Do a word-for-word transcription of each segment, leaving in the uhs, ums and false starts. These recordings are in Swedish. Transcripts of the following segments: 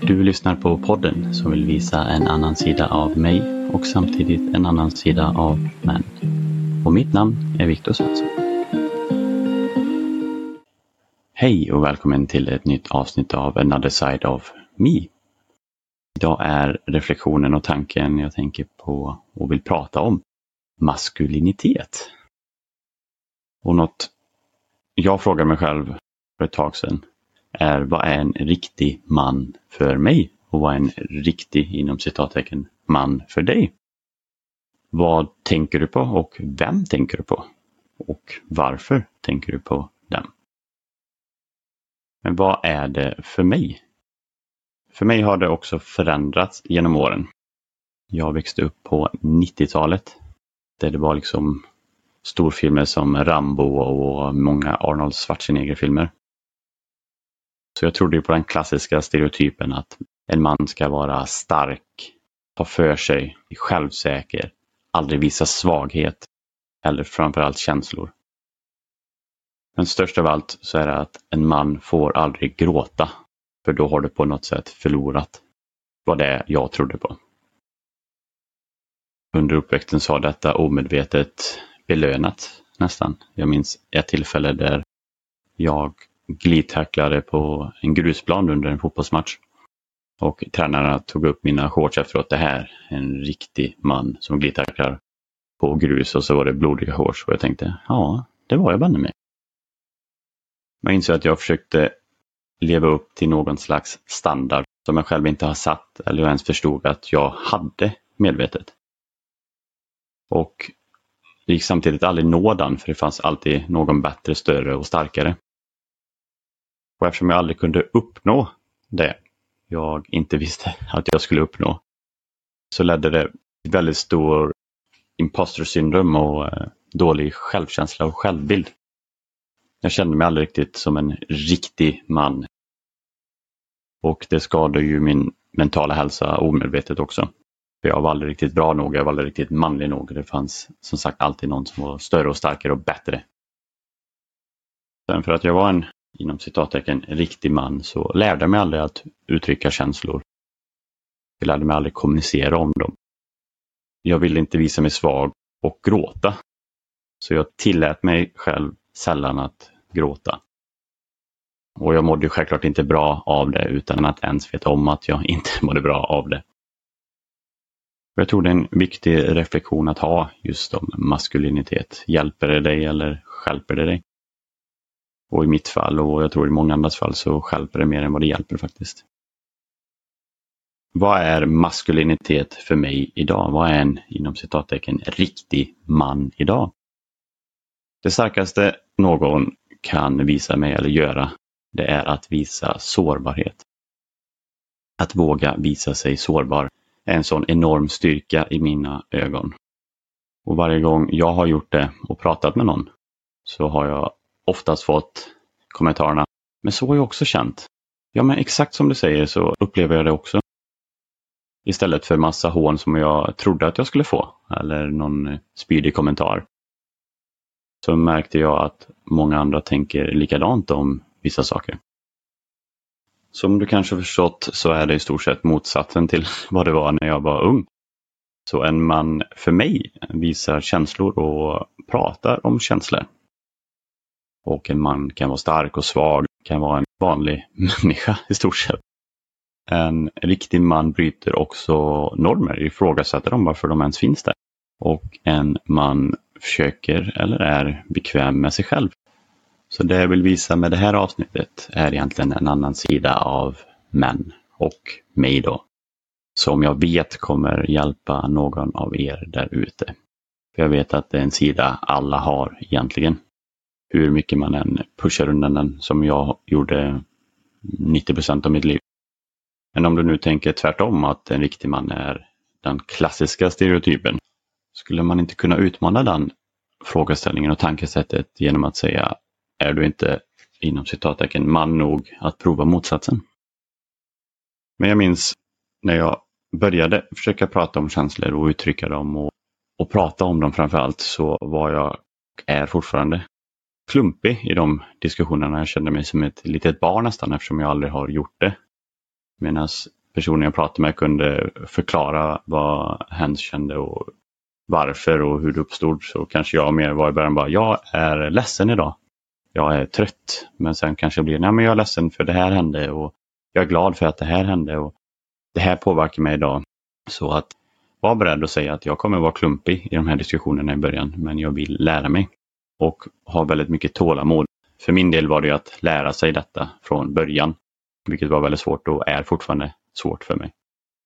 Du lyssnar på podden som vill visa en annan sida av mig och samtidigt en annan sida av män. Och mitt namn är Viktor Svensson. Hej och välkommen till ett nytt avsnitt av Another Side of Me. Idag är reflektionen och tanken jag tänker på och vill prata om maskulinitet. Och något jag frågar mig själv för ett tag sedan är: vad är en riktig man för mig? Och vad är en riktig, inom citattecken, man för dig? Vad tänker du på och vem tänker du på? Och varför tänker du på dem? Men vad är det för mig? För mig har det också förändrats genom åren. Jag växte upp på nittiotalet där det var liksom storfilmer som Rambo och många Arnold Schwarzenegger-filmer. Så jag trodde på den klassiska stereotypen att en man ska vara stark, ta för sig, självsäker, aldrig visa svaghet eller framförallt känslor. Men störst av allt så är det att en man får aldrig gråta, för då har du på något sätt förlorat vad det är jag trodde på. Under uppväxten så har detta omedvetet belönat nästan. Jag minns ett tillfälle där jag glidtacklade på en grusplan under en fotbollsmatch. Och tränarna tog upp mina shorts efteråt. Det här är en riktig man som glidtacklar på grus, och så var det blodiga shorts. Och jag tänkte, ja, det var jag banne mig. Man insåg att jag försökte leva upp till någon slags standard som jag själv inte har satt eller jag ens förstod att jag hade medvetet. Och det gick samtidigt aldrig nå den, för det fanns alltid någon bättre, större och starkare. Och eftersom jag aldrig kunde uppnå det jag inte visste att jag skulle uppnå, så ledde det till väldigt stor imposter syndrom och eh, dålig självkänsla och självbild. Jag kände mig aldrig riktigt som en riktig man. Och det skadade ju min mentala hälsa omedvetet också. För jag var aldrig riktigt bra nog, jag var aldrig riktigt manlig nog. Det fanns som sagt alltid någon som var större och starkare och bättre. Sen för att jag var en, inom citattecken, riktig man, så lärde jag mig aldrig att uttrycka känslor. Jag lärde mig aldrig kommunicera om dem. Jag ville inte visa mig svag och gråta. Så jag tillät mig själv sällan att gråta. Och jag mådde självklart inte bra av det utan att ens veta om att jag inte mådde bra av det. Jag tror det är en viktig reflektion att ha just om maskulinitet. Hjälper det dig eller stjälper det dig? Och i mitt fall, och jag tror i många andras fall, så stjälper det mer än vad det hjälper faktiskt. Vad är maskulinitet för mig idag? Vad är en, inom citattecken, riktig man idag? Det starkaste någon kan visa mig eller göra, det är att visa sårbarhet. Att våga visa sig sårbar är en sån enorm styrka i mina ögon. Och varje gång jag har gjort det och pratat med någon, så har jag oftast fått kommentarerna: men så har jag också känt. Ja, men exakt som du säger så upplever jag det också. Istället för massa hån som jag trodde att jag skulle få, eller någon spydig kommentar, så märkte jag att många andra tänker likadant om vissa saker. Som du kanske förstått så är det i stort sett motsatsen till vad det var när jag var ung. Så en man för mig visar känslor och pratar om känslor. Och en man kan vara stark och svag, kan vara en vanlig människa i stort sett. En riktig man bryter också normer, ifrågasätter dem varför de ens finns där. Och en man försöker eller är bekväm med sig själv. Så det jag vill visa med det här avsnittet är egentligen en annan sida av män och mig då. Som jag vet kommer hjälpa någon av er där ute. För jag vet att det är en sida alla har egentligen. Hur mycket man än pushar undan den, som jag gjorde nittio procent av mitt liv. Men om du nu tänker tvärtom, att en riktig man är den klassiska stereotypen, skulle man inte kunna utmana den frågeställningen och tankesättet genom att säga: är du inte, inom citattecken, man nog att prova motsatsen? Men jag minns när jag började försöka prata om känslor och uttrycka dem och, och prata om dem framförallt, så var jag, och är fortfarande, klumpig i de diskussionerna. Jag kände mig som ett litet barn nästan, eftersom jag aldrig har gjort det. Medan personen jag pratade med kunde förklara vad hen kände och varför och hur det uppstod, så kanske jag mer var i början bara, jag är ledsen idag. Jag är trött. Men sen kanske jag blir, nej men jag är ledsen för det här hände och jag är glad för att det här hände och det här påverkar mig idag. Så att vara beredd att säga att jag kommer vara klumpig i de här diskussionerna i början, men jag vill lära mig och ha väldigt mycket tålamod. För min del var det att lära sig detta från början, vilket var väldigt svårt och är fortfarande svårt för mig.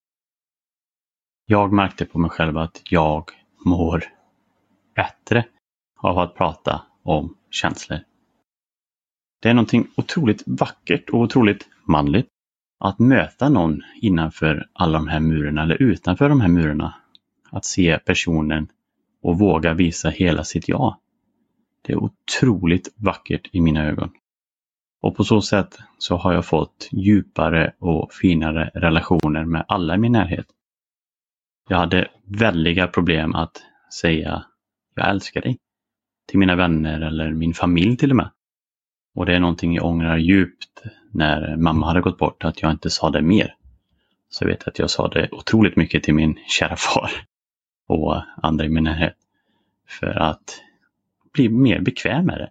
Jag märkte på mig själv att jag mår bättre av att prata om känslor. Det är någonting otroligt vackert och otroligt manligt att möta någon innanför alla de här murarna eller utanför de här murarna. Att se personen och våga visa hela sitt jag. Det är otroligt vackert i mina ögon. Och på så sätt så har jag fått djupare och finare relationer med alla i min närhet. Jag hade väldiga problem att säga jag älskar dig till mina vänner eller min familj till och med. Och det är någonting jag ångrar djupt när mamma hade gått bort, att jag inte sa det mer. Så jag vet att jag sa det otroligt mycket till min kära far och andra i min närhet för att bli mer bekväm med det.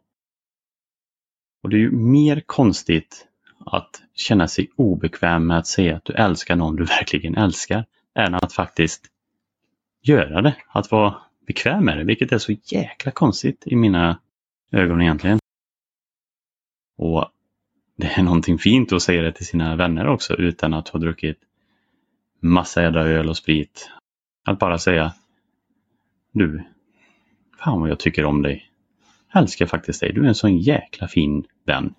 Och det är ju mer konstigt att känna sig obekväm med att säga att du älskar någon du verkligen älskar än att faktiskt göra det, att vara bekväm med det, vilket är så jäkla konstigt i mina ögon egentligen. Och det är någonting fint att säga det till sina vänner också utan att ha druckit massa jädra öl och sprit. Att bara säga, du, fan vad jag tycker om dig. Jag älskar faktiskt dig, du är en sån jäkla fin vän.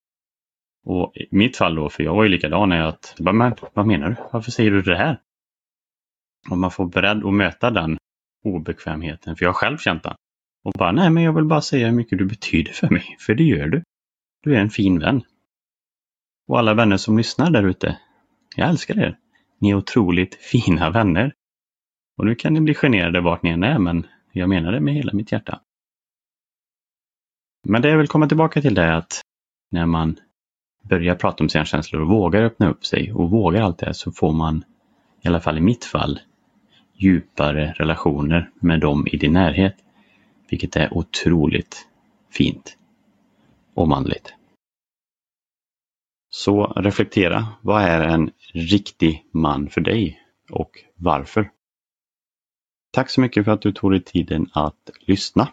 Och i mitt fall då, för jag var ju likadan, är att, men, vad menar du? Varför säger du det här? Och man får beredd att möta den obekvämheten, för jag har själv känt den. Och bara, nej men jag vill bara säga hur mycket du betyder för mig, för det gör du. Du är en fin vän. Och alla vänner som lyssnar där ute, jag älskar er. Ni är otroligt fina vänner. Och nu kan ni bli generade vart ni än är, men jag menar det med hela mitt hjärta. Men det jag vill komma tillbaka till det är att när man börjar prata om sina känslor och vågar öppna upp sig och vågar allt det, så får man, i alla fall i mitt fall, djupare relationer med dem i din närhet. Vilket är otroligt fint och manligt. Så reflektera, vad är en riktig man för dig och varför? Tack så mycket för att du tog dig tiden att lyssna.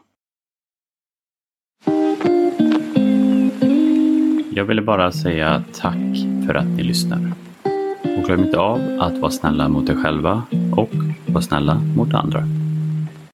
Jag ville bara säga tack för att ni lyssnar. Och glöm inte av att vara snälla mot er själva och vara snälla mot andra.